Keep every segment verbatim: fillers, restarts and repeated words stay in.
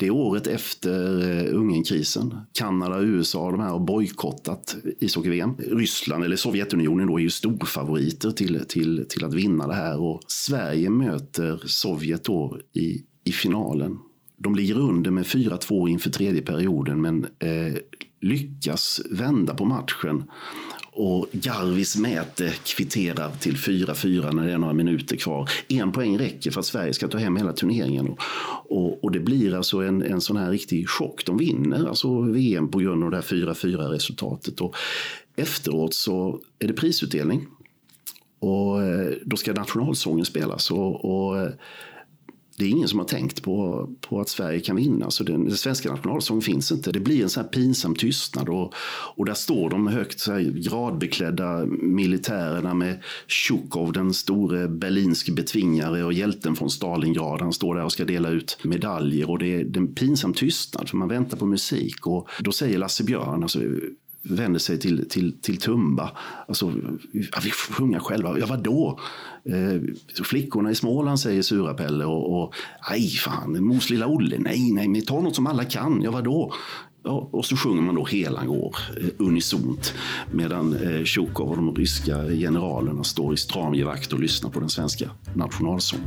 Det är året efter eh, Ungernkrisen. Kanada och U S A de här har bojkottat ishockey-V M. Ryssland eller Sovjetunionen då är ju storfavoriter till, till, till att vinna det här. Och Sverige möter Sovjet då i, i finalen. De ligger under med fyra två inför tredje perioden men eh, lyckas vända på matchen. Och Garvis Mäte kvitterar till fyra fyra när det är några minuter kvar. En poäng räcker för att Sverige ska ta hem hela turneringen. Och, och, och det blir alltså en, en sån här riktig chock. De vinner alltså V M på grund av det här fyra fyra resultatet. Och efteråt så är det prisutdelning. Och då ska nationalsången spelas. Och, och det är ingen som har tänkt på, på att Sverige kan vinna. Så den, den svenska nationalsången finns inte. Det blir en sån här pinsam tystnad. Och, och där står de högt så här gradbeklädda militärerna med Tjukov, den store berlinske betvingare och hjälten från Stalingrad. Han står där och ska dela ut medaljer. Och det är en pinsam tystnad för man väntar på musik. Och då säger Lasse Björn, alltså vänder sig till, till, till Tumba. Alltså, ja, vi sjunger själva. Ja, vadå? Eh, flickorna i Småland säger Surapelle och, och aj fan, Mos lilla Olle. Nej, nej, men ta något som alla kan. Ja, vadå? Ja, och så sjunger man då hela går eh, unisont medan eh, Tjukov och de ryska generalerna står i stramgevakt och lyssnar på den svenska nationalsången.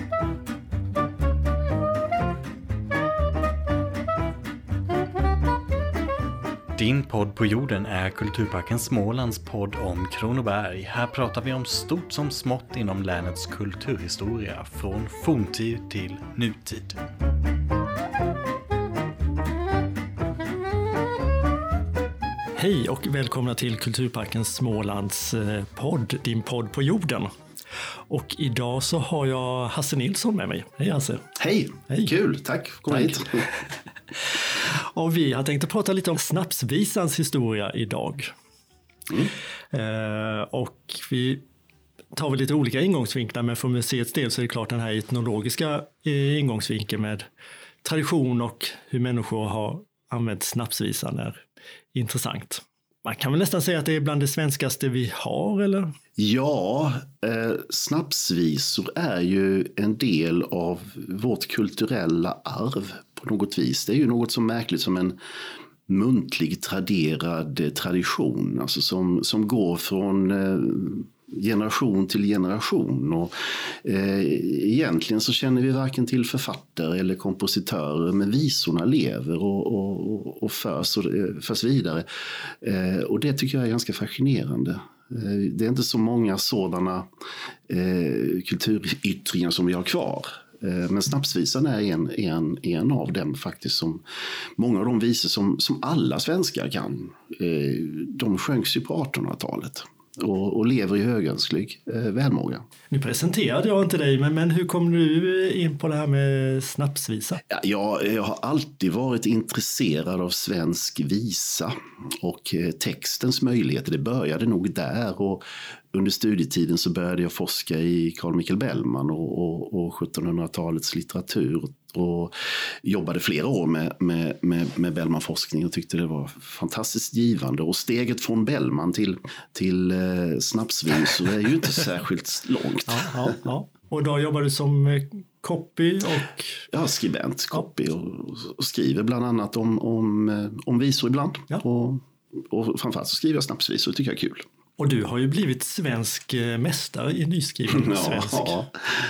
Din podd på jorden är Kulturparken Smålands podd om Kronoberg. Här pratar vi om stort som smått inom länets kulturhistoria från forntid till nutid. Hej och välkomna till Kulturparken Smålands podd, din podd på jorden. Och idag så har jag Hasse Nilsson med mig. Hej Hasse. Hej, Hej. Kul, tack. Kom tack. hit. Och vi har tänkt att prata lite om snapsvisans historia idag. Mm. Eh, och vi tar väl lite olika ingångsvinklar, men för museets del så är det klart den här etnologiska ingångsvinkeln med tradition och hur människor har använt snapsvisan är intressant. Man kan väl nästan säga att det är bland det svenskaste vi har, eller? Ja, eh, snapsvisor är ju en del av vårt kulturella arv på något vis. Det är ju något så märkligt som en muntlig traderad tradition, alltså som, som går från eh, generation till generation. Och, eh, egentligen så känner vi varken till författare eller kompositörer, men visorna lever och, och, och förs, och förs vidare. Eh, och det tycker jag är ganska fascinerande. Eh, det är inte så många sådana eh, kulturyttringar som vi har kvar. Men snapsvisan är en, en, en av dem faktiskt, som många av de visor som, som alla svenskar kan. De sjöngs ju på artonhundratalet och, och lever i högönsklig välmåga. Nu presenterade jag inte dig, men, men hur kom du in på det här med snapsvisa? Ja, jag, jag har alltid varit intresserad av svensk visa och textens möjligheter. Det började nog där, och under studietiden så började jag forska i Carl Michael Bellman och, och, och sjuttonhundratalets litteratur och jobbade flera år med, med, med, med Bellman-forskning och tyckte det var fantastiskt givande. Och steget från Bellman till, till eh, snapsvisor är ju inte särskilt långt. Ja, ja, ja. Och då jobbar du som copy och... Ja, skribent, copy och, och skriver bland annat om, om, om visor ibland. Ja. Och, och framförallt så skriver jag snapsvisor, det tycker jag är kul. Och du har ju blivit svensk mästare i nyskriven svensk. Ja,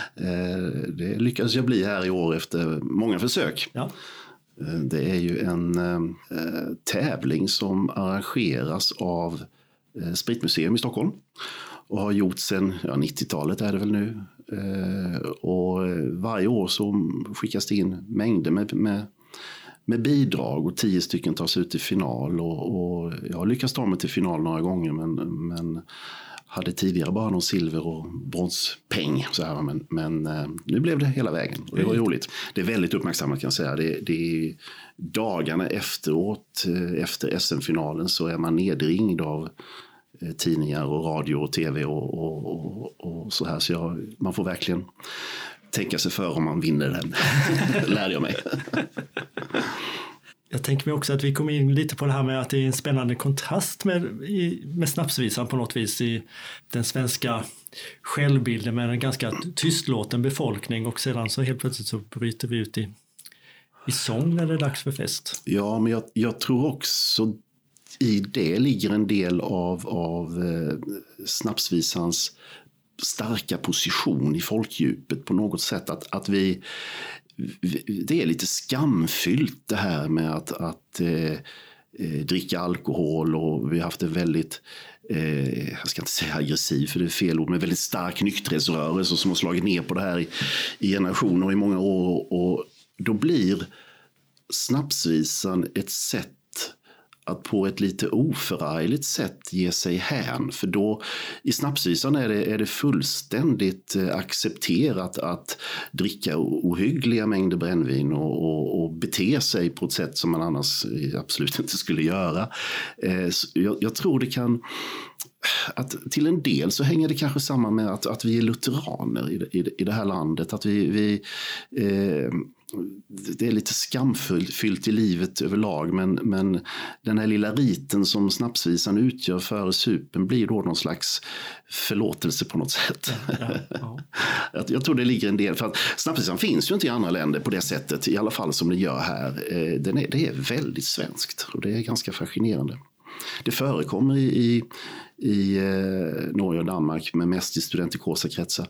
det lyckades jag bli här i år efter många försök. Ja. Det är ju en tävling som arrangeras av Spritmuseum i Stockholm och har gjorts sedan ja, nittiotalet är det väl nu. Och varje år så skickas det in mängder med, med med bidrag och tio stycken tas ut i final, och, och jag har lyckats ta mig till final några gånger, men, men hade tidigare bara någon silver- och bronspeng så här, men, men nu blev det hela vägen och det var roligt. Det är väldigt uppmärksammat kan jag säga. Det, det är dagarna efteråt, efter S M-finalen, så är man nedringd av tidningar och radio och tv och, och, och, och så här, så jag, man får verkligen tänka sig för om man vinner den, lärde jag mig. Jag tänker mig också att vi kommer in lite på det här med att det är en spännande kontrast med, i, med snapsvisan på något vis i den svenska självbilden med en ganska tystlåten befolkning, och sedan så helt plötsligt så bryter vi ut i i sång när det är dags för fest. Ja, men jag, jag tror också i det ligger en del av, av eh, snapsvisans starka position i folkdjupet på något sätt. Att, att vi, vi, det är lite skamfyllt det här med att, att eh, eh, dricka alkohol, och vi har haft en väldigt, eh, jag ska inte säga aggressiv för det är fel ord, men väldigt stark nykterhetsrörelse som har slagit ner på det här i, i generationer och i många år, och då blir snapsvisan ett sätt att på ett lite oförargligt sätt ge sig hän. För då i snapsvisan är det, är det fullständigt accepterat att dricka ohyggliga mängder brännvin och, och, och bete sig på ett sätt som man annars absolut inte skulle göra. Eh, jag, jag tror det kan... Att till en del så hänger det kanske samman med att, att vi är lutheraner i, i, i det här landet. Att vi... vi eh, det är lite skamfyllt i livet överlag, men, men den här lilla riten som snapsvisan utgör före supen blir då någon slags förlåtelse på något sätt. Ja, ja. Jag tror det ligger en del, för att snapsvisan finns ju inte i andra länder på det sättet, i alla fall som det gör här. Den är, det är väldigt svenskt och det är ganska fascinerande. Det förekommer i, i, i Norge och Danmark, men mest i studentikosa kretsar.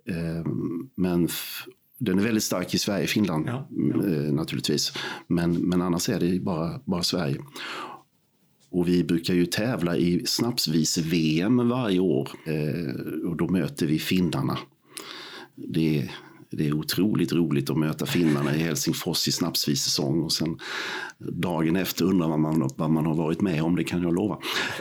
Men f- den är väldigt stark i Sverige, Finland ja, ja. naturligtvis. Men, men annars är det bara, bara Sverige. Och vi brukar ju tävla i snapsvis-V M varje år. Och då möter vi finnarna. Det är... Det är otroligt roligt att möta finnarna i Helsingfors i snapsvissäsong, och sen dagen efter undrar vad man, vad man har varit med om, det kan jag lova.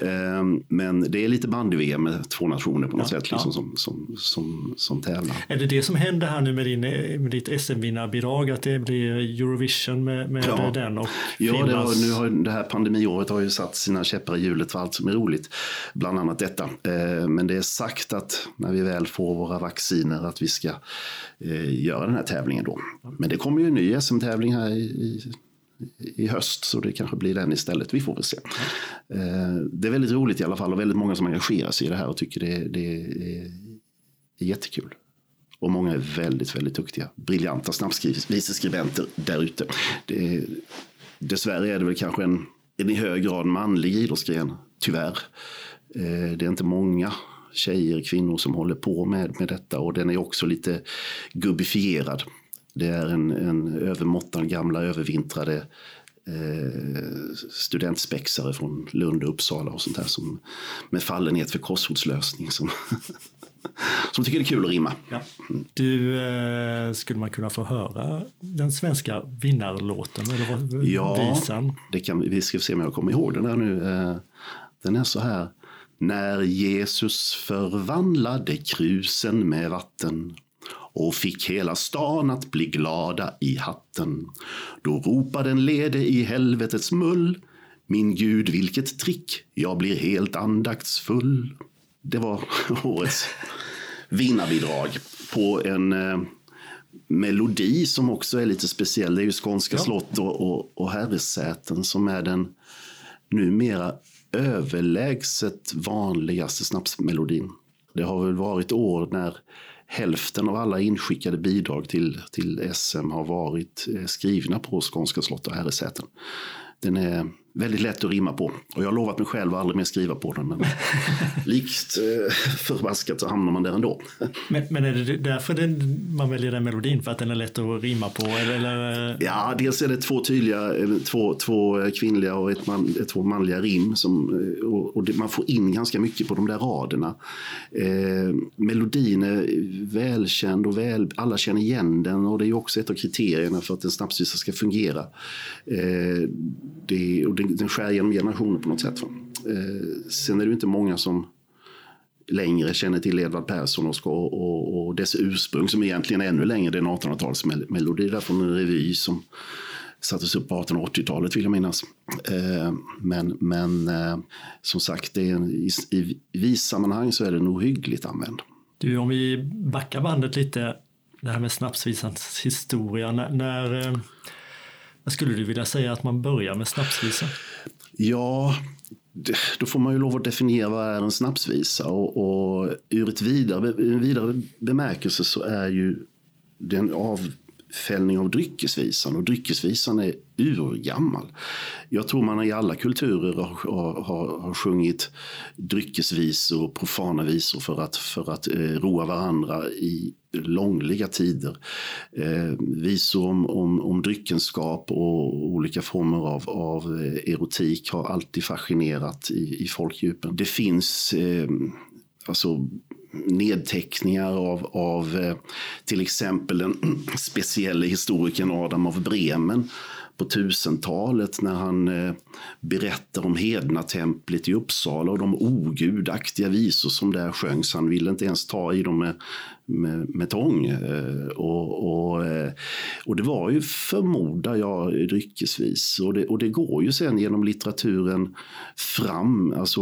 Men det är lite bandy-V M med två nationer på något ja, sätt liksom, ja. som, som, som, som tävlar. Är det det som händer här nu med, din, med ditt S M-vinnarbidrag, att det blir Eurovision med, med ja. den? Och ja, det, har, nu har, det här pandemiåret har ju satt sina käppar i hjulet för allt som är roligt. Bland annat detta. Men det är sagt att när vi väl får våra vacciner att vi ska göra den här tävlingen då. Men det kommer ju en ny S M-tävling här i, i, i höst, så det kanske blir den istället. Vi får väl se. Mm. Det är väldigt roligt i alla fall, och väldigt många som engagerar sig i det här och tycker det, det är, är jättekul. Och många är väldigt, väldigt duktiga. Briljanta snapsviseskribenter där ute. Det, dessvärre är det väl kanske en, en i hög grad manlig idrottsgren, tyvärr. Det är inte många tjejer, kvinnor som håller på med, med detta, och den är också lite gubbifierad. Det är en, en övermåttan gamla övervintrade eh, studentspexare från Lund och Uppsala och sånt här, som med fallenhet för korsordslösning som, som tycker det är kul att rimma. Ja. Du, eh, skulle man kunna få höra den svenska vinnarlåten eller vad, ja, visan? Det kan, vi ska se om jag kommer ihåg den där nu. Eh, den är så här: när Jesus förvandlade krusen med vatten och fick hela stan att bli glada i hatten, då ropade en lede i helvetets mull: min Gud, vilket trick, jag blir helt andaktsfull. Det var årets vinnarbidrag på en eh, melodi som också är lite speciell. Det är ju Skånska ja. slott och, och, och Herresäten som är den numera överlägset vanligaste snapsmelodin. Det har väl varit år när hälften av alla inskickade bidrag till, till S M har varit skrivna på Skånska slott och Herresäten. Den är väldigt lätt att rimma på, och jag har lovat mig själv att aldrig mer skriva på den, men likt eh, förbaskat så hamnar man där ändå. Men, men är det därför den, man väljer den melodin, för att den är lätt att rimma på? Eller, eller? Ja, dels är det två tydliga, två, två kvinnliga och ett man, två manliga rim som, och, och det, man får in ganska mycket på de där raderna. Eh, melodin är välkänd och väl, alla känner igen den, och det är också ett av kriterierna för att en snapsvisa ska fungera. Eh, det, och det den skär genom generationer på något sätt. Eh, sen är det inte många som längre känner till Edvard Persson och, och, och dess ursprung, som egentligen är ännu längre. Det är en artonhundratalsmelodi där från en revy som sattes upp på artonhundraåttiotalet, vill jag minnas. Eh, men men eh, som sagt, det är en, i, i vissammanhang så är det nog hyggligt använd. Du, om vi backar bandet lite, det här med snapsvisans historia, när... när eh... skulle du vilja säga att man börjar med snapsvisa? Ja, då får man ju lov att definiera vad är en snapsvisa. Och, och ur ett vidare, en vidare bemärkelse så är ju den av fällning av dryckesvisan, och dryckesvisan är urgammal. Jag tror man i alla kulturer har, har, har sjungit dryckesvisor och profana visor för att, för att eh, roa varandra i långliga tider. Eh, visor om, om, om dryckenskap och olika former av, av erotik har alltid fascinerat i, i folkdjupen. Det finns eh, alltså nedteckningar av, av eh, till exempel den speciella historikern Adam av Bremen på tusentalet när han eh, berättar om hednatemplet i Uppsala och de ogudaktiga visor som där sjöngs. Han ville inte ens ta i dem med, med, med tång. Eh, och, och, eh, och det var ju, förmodar jag, dryckesvisor. Och det, och det går ju sen genom litteraturen fram, alltså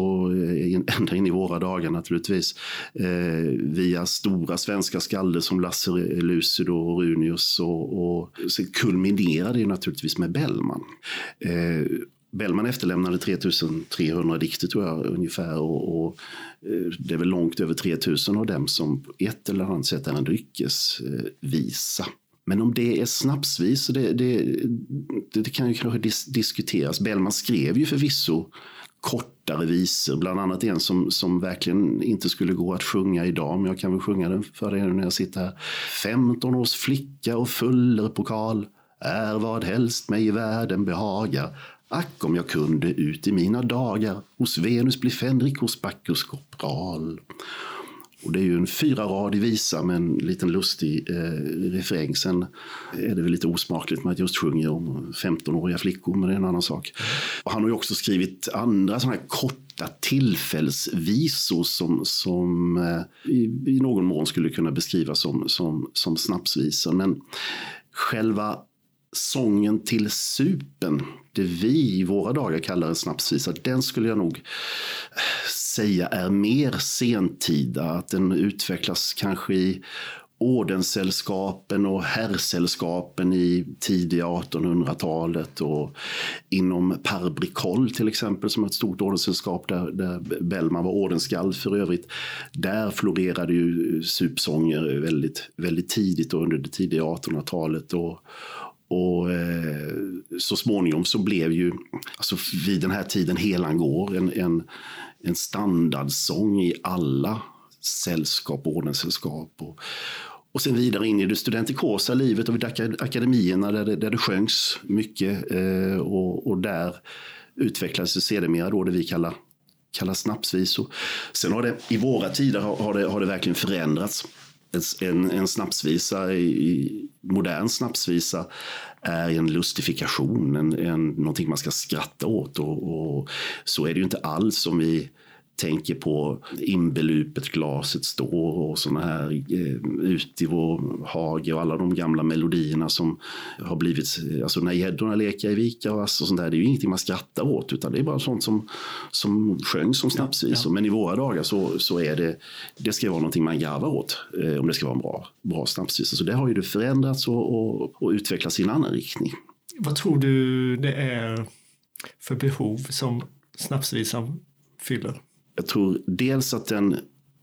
ända in i våra dagar naturligtvis, eh, via stora svenska skalder som Lasse Lucido och Runius, och, och så kulminerade det naturligtvis med Bellman. Eh, Bellman efterlämnade tre tusen trehundra dikter tror jag ungefär, och, och eh, det är väl långt över tre tusen av dem som på ett eller annat sätt är en dryckesvisa. Men om det är snapsvis, det, det, det, det kan ju kanske dis- diskuteras. Bellman skrev ju förvisso kortare visor, bland annat en som, som verkligen inte skulle gå att sjunga idag, men jag kan väl sjunga den för dig när jag sitter här. femton års flicka och fuller pokal är vad helst mig i världen behagar. Ack om jag kunde ut i mina dagar hos Venus bli Fänrik, hos Bacchus korpral. Och det är ju en fyra-radig visa med en liten lustig eh, refräng. Sen är det väl lite osmakligt med att just sjunga om femtonåriga flickor, men det är en annan sak. Och han har ju också skrivit andra sådana här korta tillfällsvisor som, som eh, i, i någon mån skulle kunna beskrivas som, som, som snapsvisor. Men själva sången till supen, det vi i våra dagar kallar en snapsvisa, den skulle jag nog säga är mer sentida. Att den utvecklas kanske i ordenssällskapen och herrsällskapen i tidiga artonhundratalet, och inom Par Bricol till exempel, som är ett stort ordenssällskap där, där Bellman var ordensskald för övrigt. Där florerade ju supsånger väldigt, väldigt tidigt och under det tidiga artonhundratalet, och Och eh, så småningom så blev ju, alltså vid den här tiden Helan går, en, en, en standardsång i alla sällskap, ordenssällskap. Och, och sen vidare in i det studentikosa livet och vid akademierna där det, där det sjöngs mycket. Eh, och, och där utvecklades det sedermera då det vi kallar, kallar snapsvisor. Sen har det, i våra tider har, har, det, har det verkligen förändrats. En, en snapsvisa, i modern snapsvisa, är en lustifikation, en, en, någonting man ska skratta åt, och, och så är det ju inte alls som vi tänker på inbelupet glaset står och såna här eh, ut i vår hage och alla de gamla melodierna som har blivit, alltså när gäddorna leker i vika och, alltså, och sånt där, det är ju ingenting man skrattar åt, utan det är bara sånt som, som sjöngs som snapsvisor. Ja, ja. Men i våra dagar så, så är det, det ska vara någonting man garvar åt eh, om det ska vara en bra, bra snapsvisa. Så det har ju det förändrats och, och, och utvecklats i en annan riktning. Vad tror du det är för behov som snapsvisan fyller? Jag tror dels att den,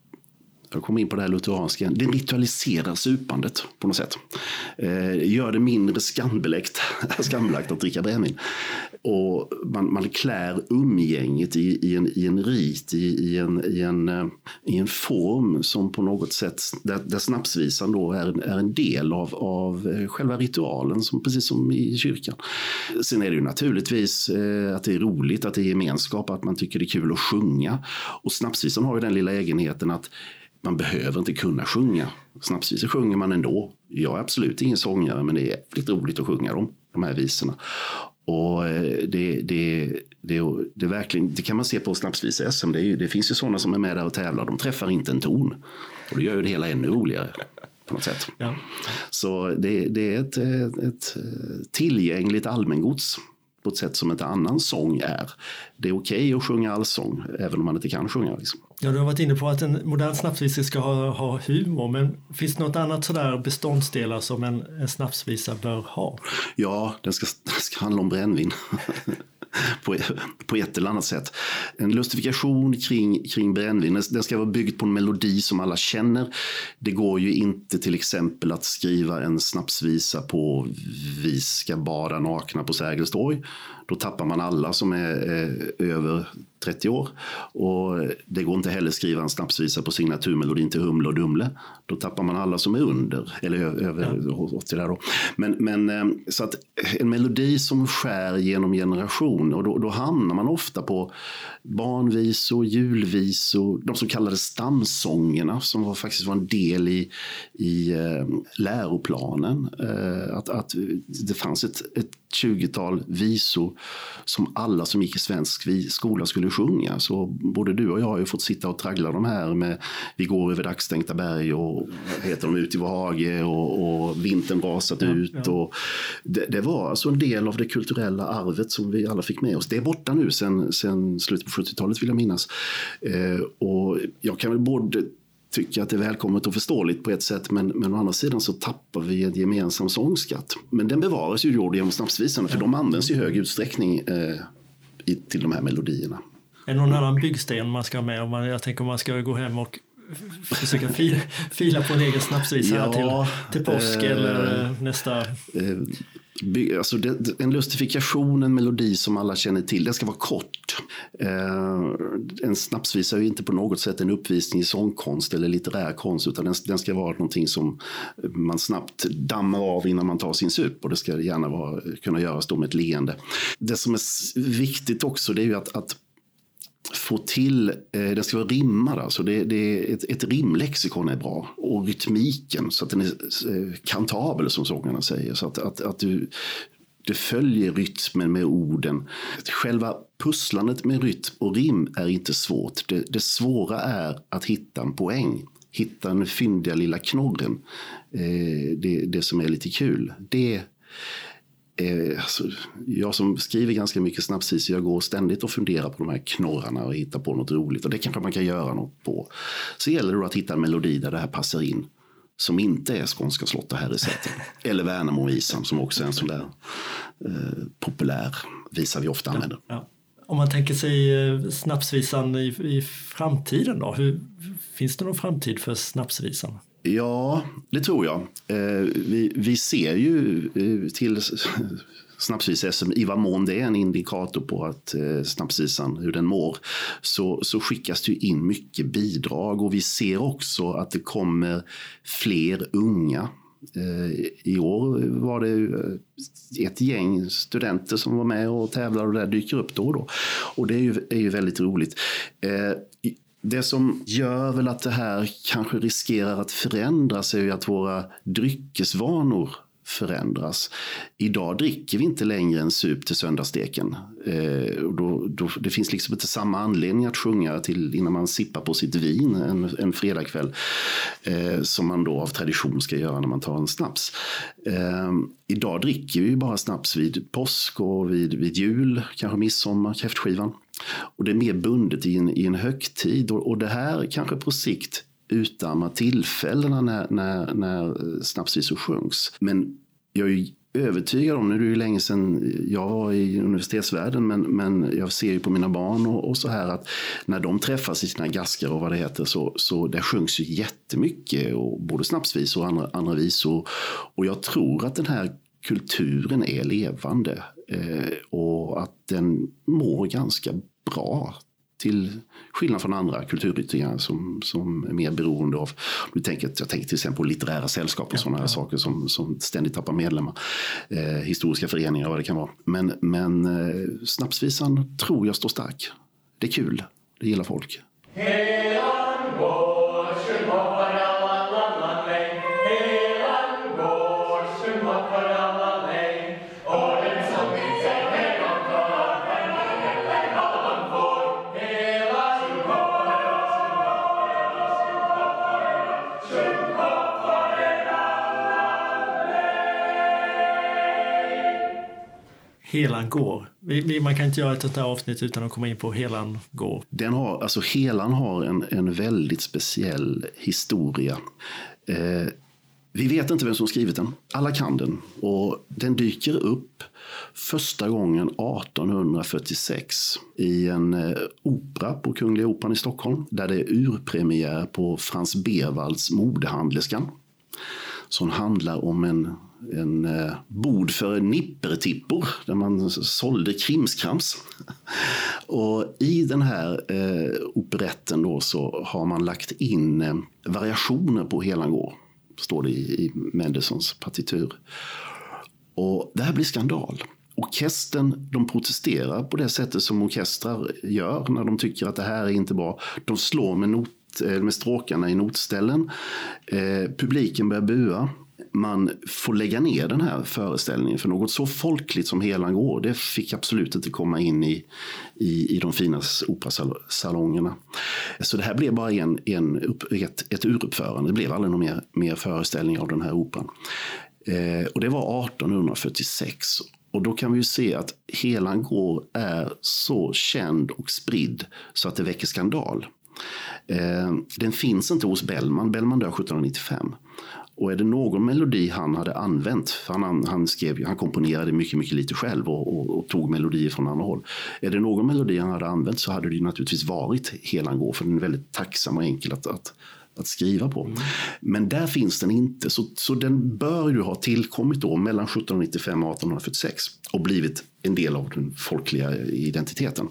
jag kommer in på det här lutheranska, den ritualiserar supandet på något sätt. Eh, gör det mindre skambelagt, skambelagt att dricka brännvin. Och man, man klär umgänget i, i, en, i en rit, i, i, en, i, en, i en form som på något sätt, där, där snapsvisan då är, är en del av, av själva ritualen, som, precis som i kyrkan. Sen är det ju naturligtvis eh, att det är roligt, att det är gemenskap, att man tycker det är kul att sjunga. Och snapsvisan har ju den lilla egenheten att man behöver inte kunna sjunga. Snapsvisor sjunger man ändå. Jag är absolut ingen sångare, men det är lite roligt att sjunga dem, de här visorna. Och det, det, det, det, verkligen, det kan man se på snapsvis-S M. Det, är, det finns ju sådana som är med där och tävlar. De träffar inte en ton. Och det gör ju det hela ännu roligare på något sätt. Ja. Så det, det är ett, ett tillgängligt allmängods på ett sätt som inte annan sång är. Det är okej okay att sjunga allsång, även om man inte kan sjunga. Liksom. Ja, du har varit inne på att en modern snapsvisa ska ha, ha humor, men finns det något annat sådär beståndsdelar som en, en snapsvisa bör ha? Ja, den ska, den ska handla om brännvin. på, på ett eller annat sätt. En lustifikation kring, kring brännvin, den ska vara byggd på en melodi som alla känner. Det går ju inte till exempel att skriva en snapsvisa på vi ska bada nakna på Sergels torg. Då tappar man alla som är eh, över trettio år. Och det går inte heller att skriva en snapsvisa på signaturmelodin till Humle och Dumle. Då tappar man alla som är under, eller över ja. åttio där då. Men, men eh, så att en melodi som skär genom generation, och då, då hamnar man ofta på barnvisor, julvisor, de så kallade stamsångerna som var, faktiskt var en del i, i eh, läroplanen. Eh, att, att det fanns ett, ett tjugotal visor som alla som gick i svensk skola skulle sjunga. Så både du och jag har ju fått sitta och traggla de här med Vi går över dagsstänkta berg och heter de Ut i vår hage och, och Vintern rasat ja, ut. Ja. Och det, det var alltså en del av det kulturella arvet som vi alla fick med oss. Det är borta nu sen, sen slutet på sjuttiotalet vill jag minnas. Eh, och jag kan väl både tycker att det är välkommet och förståeligt på ett sätt, men, men å andra sidan så tappar vi en gemensam sångskatt. Men den bevaras ju då genom snapsvisorna, för de används i hög utsträckning eh, i, till de här melodierna. Är det någon annan byggsten man ska ha med? Om man, jag tänker om man ska gå hem och försöka fila, fila på en egen snapsvisa ja, till, till påsk eh, eller nästa... Eh, By, alltså det, en lustifikation, en melodi som alla känner till, den ska vara kort. Eh, en snapsvisa är ju inte på något sätt en uppvisning i sångkonst eller litterär konst, utan den, den ska vara någonting som man snabbt dammar av innan man tar sin sup, och det ska gärna vara, kunna göras då med ett leende. Det som är viktigt också, det är ju att, att få till, eh, det ska vara rimmad, alltså det, det är ett, ett rimlexikon är bra, och rytmiken så att den är eh, kantabel som sångarna säger, så att, att, att du, det följer rytmen med orden. Själva pusslandet med rytm och rim är inte svårt, det, det svåra är att hitta en poäng, hitta den fyndiga lilla knorren, eh, det, det som är lite kul. Det Alltså, jag som skriver ganska mycket snapsvisor, jag går ständigt och funderar på de här knorrarna och hittar på något roligt, och det kanske man kan göra något på. Så gäller det då att hitta en melodi där det här passar in, som inte är Skånska slott och Herresäten eller Värnamovisan, som också är en sån där eh, populär visa vi ofta använder. Ja, ja. Om man tänker sig snapsvisan i, i framtiden då, hur, finns det någon framtid för snapsvisan? Ja, det tror jag. Eh, vi, vi ser ju eh, till snapsvis-S M i vad mån det är en indikator på att eh, snapsvisan, hur den mår, så, så skickas det in mycket bidrag, och vi ser också att det kommer fler unga. Eh, I år var det ett gäng studenter som var med och tävlade, och det dyker upp då och då. Och det är ju, är ju väldigt roligt. Eh, Det som gör väl att det här kanske riskerar att förändras är ju att våra dryckesvanor förändras. Idag dricker vi inte längre en sup till söndagssteken. Eh, och då, då, det finns liksom inte samma anledning att sjunga till innan man sippar på sitt vin en, en fredagkväll eh, som man då av tradition ska göra när man tar en snaps. Eh, idag dricker vi bara snaps vid påsk och vid, vid jul, kanske midsommar, kräftskivan. Och det är mer bundet i en, i en högtid, och, och det här kanske på sikt utarmar tillfällena när, när, när snapsvisor sjungs. Men jag är ju övertygad om, nu är det ju länge sedan jag var i universitetsvärlden, men, men jag ser ju på mina barn och, och så här att när de träffas i sina gaskar och vad det heter, så, så det sjungs ju jättemycket, och både snapsvisor och andra, andra visor. Och jag tror att den här kulturen är levande eh, och att den mår ganska bra, till skillnad från andra kulturyttringar som, som är mer beroende av, du tänker, jag tänker till exempel på litterära sällskap och ja, sådana här ja. saker som, som ständigt tappar medlemmar, eh, historiska föreningar och vad det kan vara. Men, men eh, snapsvisan tror jag står stark. Det är kul, det gillar folk. Helan går. Man kan inte göra ett sånt här avsnitt utan att komma in på Helan går. Den har, alltså Helan har en, en väldigt speciell historia. Eh, Vi vet inte vem som skrivit den. Alla kan den. Och den dyker upp första gången arton fyrtiosex i en eh, opera på Kungliga Operan i Stockholm. Där det är urpremiär på Frans Berwalds Modehandlerskan. Som handlar om en, en eh, bod för nippertippor. Där man sålde krimskrams. Och i den här eh, operetten då så har man lagt in eh, variationer på Helangå. Står det i, i Mendelssohns partitur. Och det här blir skandal. Orkestern, de protesterar på det sättet som orkestrar gör när de tycker att det här är inte bra. De slår med, not, med stråkarna i notställen. Eh, publiken börjar bua. Man får lägga ner den här föreställningen, för något så folkligt som Helangå, det fick absolut inte komma in i, i, i de fina operasalongerna. Så det här blev bara en, en, ett, ett uruppförande. Det blev aldrig någon mer, mer föreställning av den här operan. Eh, och det var arton fyrtiosex. Och då kan vi ju se att Helangå är så känd och spridd så att det väcker skandal. Eh, den finns inte hos Bellman. Bellman dör sjutton nittiofem. Och är det någon melodi han hade använt, för han, han, skrev, han komponerade mycket, mycket lite själv och, och, och tog melodier från andra håll. Är det någon melodi han hade använt så hade det ju naturligtvis varit Helangå, för den är väldigt tacksam och enkel att, att, att skriva på. Mm. Men där finns den inte, så, så den bör ju ha tillkommit då mellan sjutton nittiofem och arton fyrtiosex och blivit en del av den folkliga identiteten.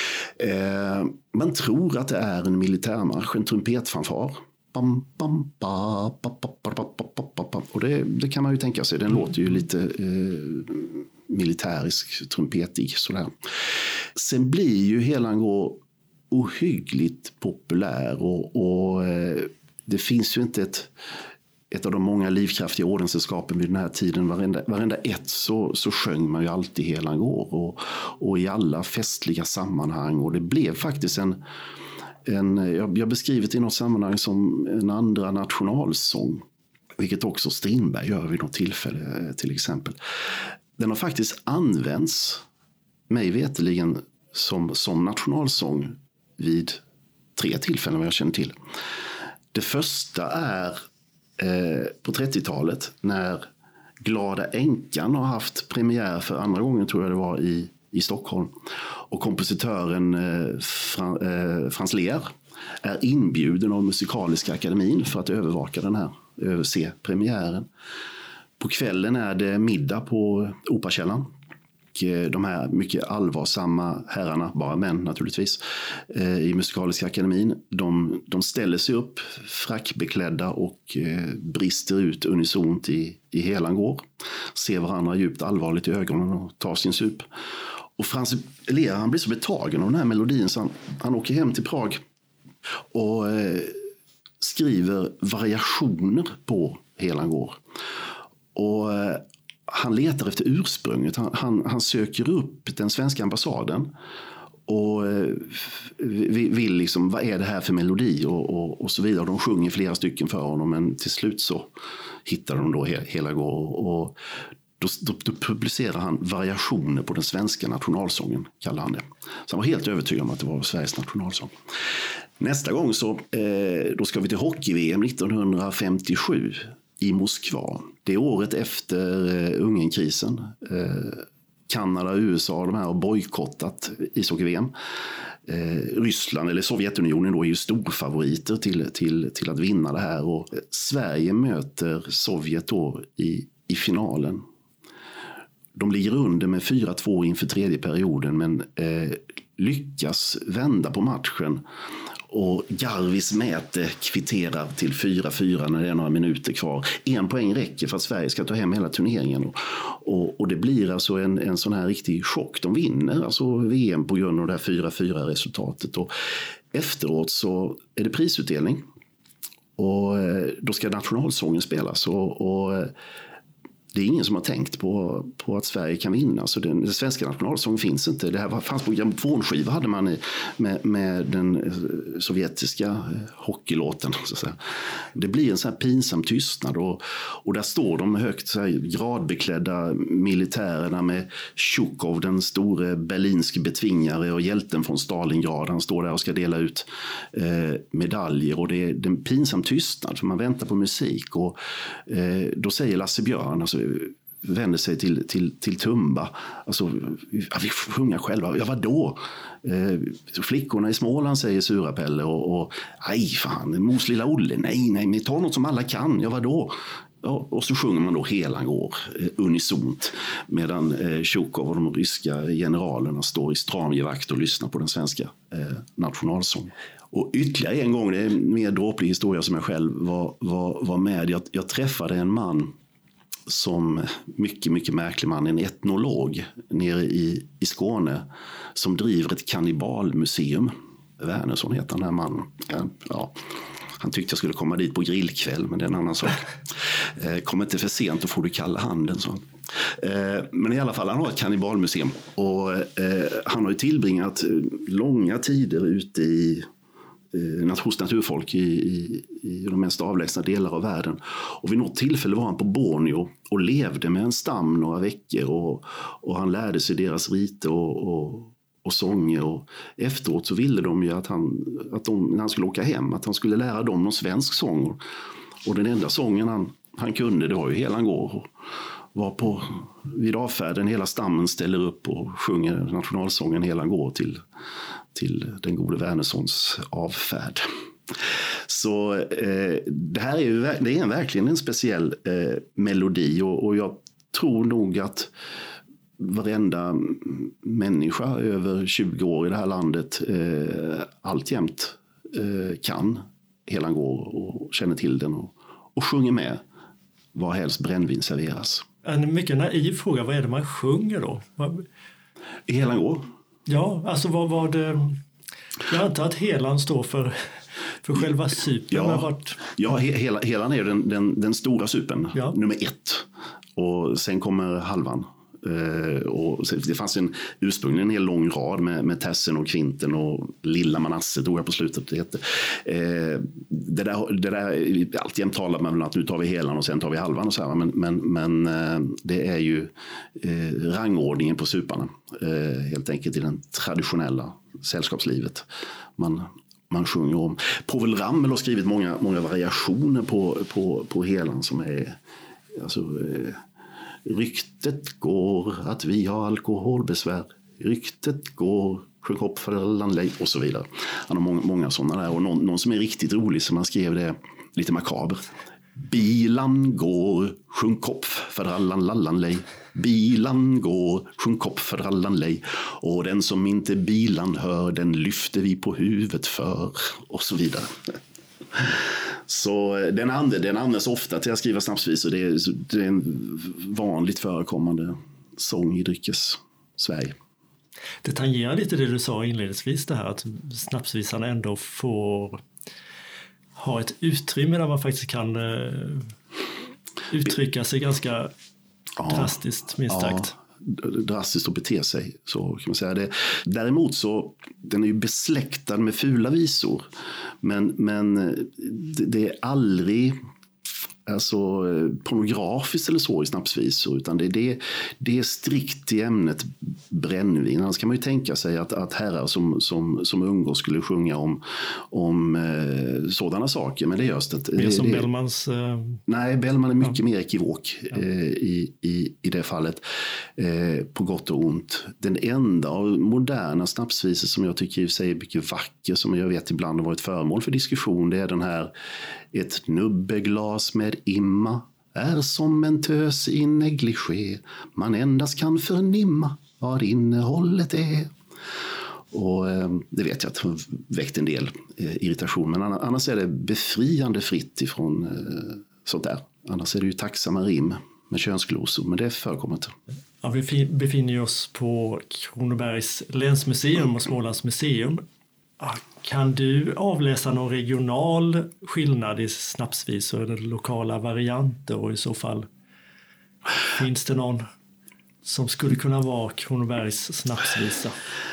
Eh, man tror att det är en militärmarsch, en trumpetfanfar. Bam, bam, ba, ba, ba, ba, ba, ba, ba. Och det, det kan man ju tänka sig. Den mm. låter ju lite eh, militärisk, trumpetig sådär. Sen blir ju Helangå ohyggligt populär och, och eh, det finns ju inte ett, ett av de många livskraftiga ordenssällskapen vid den här tiden. Varenda, varenda ett så, så sjöng man ju alltid Helangå och, och i alla festliga sammanhang, och det blev faktiskt en En, jag har beskrivit i något sammanhang som en andra nationalsång, vilket också Strindberg gör vid något tillfälle till exempel. Den har faktiskt använts, mig veteligen, som, som nationalsång vid tre tillfällen vad jag känner till. Det första är eh, på trettiotalet när Glada änkan har haft premiär för andra gången, tror jag det var, i i Stockholm. Och kompositören eh, Fran, eh, Frans Lehr är inbjuden av Musikaliska akademin för att övervaka den här, överse premiären. På kvällen är det middag på Operakällaren. Och de här mycket allvarsamma herrarna, bara män naturligtvis, eh, i Musikaliska akademin, de, de ställer sig upp frackbeklädda och eh, brister ut unisont i, i Helangå. Ser varandra djupt allvarligt i ögonen och tar sin sup. Och Frans Lehr, han blir så betagen av den här melodin så han, han åker hem till Prag och eh, skriver variationer på Helangå. Och eh, han letar efter ursprunget. Han, han, han söker upp den svenska ambassaden och eh, vill liksom, vad är det här för melodi och, och, och så vidare. Och de sjunger flera stycken för honom, men till slut så hittar de då Helangå och Då, då, då publicerar han variationer på den svenska nationalsången, kallar han det. Så han var helt övertygad om att det var Sveriges nationalsång. Nästa gång så eh, då ska vi till hockey-V M nittonhundrafemtiosju i Moskva. Det är året efter eh, Ungernkrisen. Eh, Kanada och U S A, de här har bojkottat ishockey-V M. Eh, Ryssland eller Sovjetunionen då är ju storfavoriter till, till, till att vinna det här. Och Sverige möter Sovjet då i, i finalen. De ligger under med fyra två inför tredje perioden, men eh, lyckas vända på matchen. Och Garvis Mäte kvitterar till fyra fyra när det är några minuter kvar. En poäng räcker för att Sverige ska ta hem hela turneringen. Och, och, och det blir alltså en, en sån här riktig chock. De vinner alltså V M på grund av det här fyra fyra resultatet. Och efteråt så är det prisutdelning. Och då ska nationalsången spelas. Och, och det är ingen som har tänkt på, på att Sverige kan vinna. Så den, den svenska nationalsången finns inte. Det här var, fanns på grammofonskiva hade man i, med, med den sovjetiska hockeylåten. Så att säga. Det blir en sån här pinsam tystnad och, och där står de högt så här, gradbeklädda militärerna med Tjukov, den store berlinske betvingare och hjälten från Stalingrad. Han står där och ska dela ut eh, medaljer och det är, det är en pinsam tystnad för man väntar på musik och eh, då säger Lasse Björn, alltså, vänder sig till, till, till Tumba. Alltså, ja, vi sjunger själva. Ja, vadå? Eh, flickorna i Småland säger Surapelle och, och aj fan, Mos lilla Olle. Nej, nej, men ta något som alla kan. Ja, vadå? Ja, och så sjunger man då Helan går eh, unisont medan eh, Tjukov och de ryska generalerna står i stramgevakt och lyssnar på den svenska eh, nationalsången. Och ytterligare en gång, det är en mer dråplig historia som jag själv var, var, var med. Jag, jag träffade en man som mycket, mycket märklig man, en etnolog nere i, i Skåne som driver ett kannibalmuseum. Wernersson heter den här mannen. Ja, han tyckte jag skulle komma dit på grillkväll, men det är en annan sak. Kom inte för sent, då får du kalla handen, så. Men i alla fall, han har ett kannibalmuseum och han har ju tillbringat långa tider ute i hos naturfolk i, i, i de mest avlägsna delar av världen. Och vid något tillfälle var han på Borneo och levde med en stam några veckor och, och han lärde sig deras riter och, och, och sånger. Och efteråt så ville de ju att han, att de, när han skulle åka hem, att han skulle lära dem någon svensk sång. Och den enda sången han, han kunde, det var ju Helan går. Och var på, vid avfärden, hela stammen ställer upp och sjunger nationalsången Helan går till till den gode Wernerssons avfärd. Så eh, det här är ju det är verkligen en speciell eh, melodi och, och jag tror nog att varenda människa över tjugo år i det här landet eh, alltjämt eh, kan Helan går och känner till den och, och sjunger med var helst brännvin serveras. En mycket naiv fråga, vad är det man sjunger då? Vad... Helan går. Ja, alltså vad var det... Jag antar att Helan står för, för själva supen. Ja, varit... ja hela, Helan är ju den, den, den stora supen, ja. Nummer ett. Och sen kommer halvan. Uh, och det fanns en ursprungligen en hel lång rad med, med Tessen och Kvinten och Lilla Manasse tror jag på slutet det heter. Uh, det där, det där alltid talar man att nu tar vi Helan och sen tar vi halvan och så här, men, men, men uh, det är ju uh, rangordningen på suparna uh, helt enkelt i den traditionella sällskapslivet man, man sjunger om. Povel Ramel har skrivit många, många variationer på, på, på Helan som är alltså uh, ryktet går att vi har alkoholbesvär. Ryktet går, sjung hopp för Allan och så vidare. Han har många, många sådana där. Och någon, någon som är riktigt rolig som han skrev det lite makaber. Bilan går, sjung hopp för Allan lallanlej. Bilan går, sjung hopp för Allanlej. Och den som inte bilan hör, den lyfter vi på huvudet för. Och så vidare. Så den, and, den används ofta till att skriva snapsvisor. Det är, det är en vanligt förekommande sång i dryckes Sverige. Det tangerar lite det du sa inledningsvis, det här att snapsvisan ändå får ha ett utrymme där man faktiskt kan uh, uttrycka sig ganska ja, drastiskt, minst sagt. Ja, drastiskt att bete sig, så kan man säga det. Däremot så, den är ju besläktad med fula visor. Men, men det, det är aldrig alltså, pornografiskt eller så i snapsvisor, utan det, det, det är strikt i ämnet brännvin. Annars kan man ju tänka sig att, att herrar som, som, som umgås skulle sjunga om, om eh, sådana saker, men det görs det. Mer det, som det, Bellmans... Eh... Nej, Bellman är mycket ja. mer ekivok ja. eh, i, i, i det fallet, eh, på gott och ont. Den enda av moderna snapsvisor som jag tycker i sig är mycket vacker, som jag vet ibland har varit föremål för diskussion, det är den här ett nubbeglas med imma är som en tös i negligé. Man endast kan förnimma vad innehållet är. Och eh, det vet jag att det har väckt en del eh, irritation. Men annars är det befriande fritt ifrån eh, sånt där. Annars är det ju tacksamma rim med könsglosor. Men det förekommer inte. Ja, vi befinner oss på Kronobergs länsmuseum och Smålands museum. Kan du avläsa någon regional skillnad i snapsvisor eller lokala varianter, och i så fall Finns det någon som skulle kunna vara Kronobergs snapsvisa?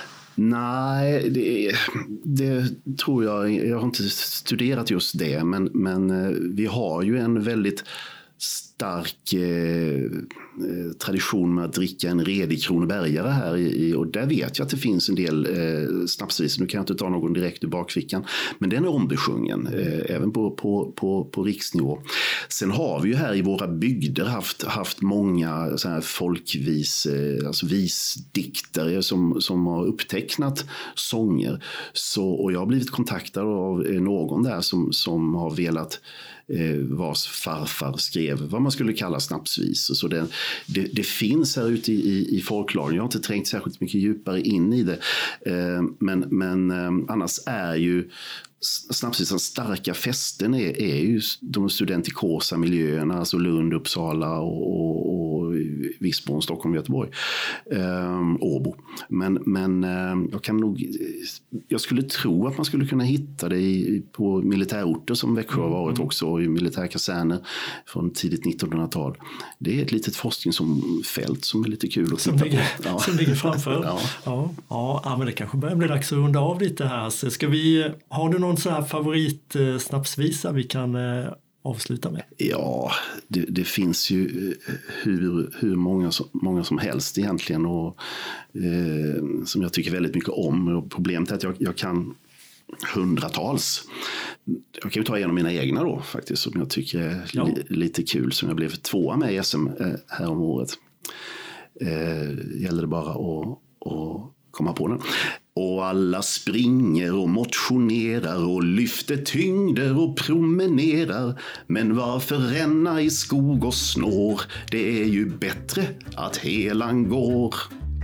Nej, det, det tror jag. Jag har inte studerat just det, men, men vi har ju en väldigt stark eh, tradition med att dricka en redig kronobergare här i, och där vet jag att det finns en del eh, snapsvisor. Nu kan jag inte ta någon direkt ur bakfickan, men den är ombesjungen eh, även på, på, på, på riksnivå. Sen har vi ju här i våra bygder haft, haft många så här folkvis, eh, alltså visdiktare som, som har upptecknat sånger. Så, och jag har blivit kontaktad av någon där som, som har velat eh, vars farfar skrev vad man skulle kalla snapsvisor. Så det, det, det finns här ute i, i, i folklaren. Jag har inte trängt särskilt mycket djupare in i det. Eh, men men eh, annars är ju snapsvisans starka fästen är, är ju de studentikosa miljöerna, alltså Lund, Uppsala och, och, och Visborg, Stockholm, Göteborg, eh, Åbo. Men, men eh, jag kan nog, jag skulle tro att man skulle kunna hitta det i, på militärorter som Växjö har varit också, och i militärkaserner från tidigt nittonhundratal. Det är ett litet forskningsfält som är lite kul att som titta ligger, på. Ja. Som ligger framför. Ja. Ja, ja, ja, men det kanske börjar bli dags att runda av lite här. Så ska vi, har du någon sån här favorit eh, snapsvisa vi kan eh, avsluta med? Ja, det, det finns ju hur, hur många, som, många som helst egentligen, och eh, som jag tycker väldigt mycket om. Och problemet är att jag, jag kan hundratals. Jag kan ju ta en av mina egna då faktiskt, som jag tycker är ja. li, lite kul, som jag blev tvåa med i S M eh, här om året. Eh, gäller det bara att, att komma på den. Och alla springer och motionerar och lyfter tyngder och promenerar. Men varför ränna i skog och snår? Det är ju bättre att helan går.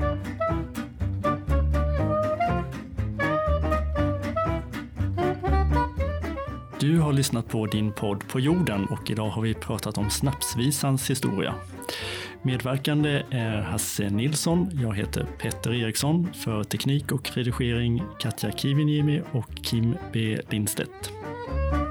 Du har lyssnat på Din podd på jorden, och idag har vi pratat om snapsvisans historia. Medverkande är Hasse Nilsson, jag heter Petter Eriksson, för teknik och redigering Katja Kiviniemi och Kim B. Lindstedt.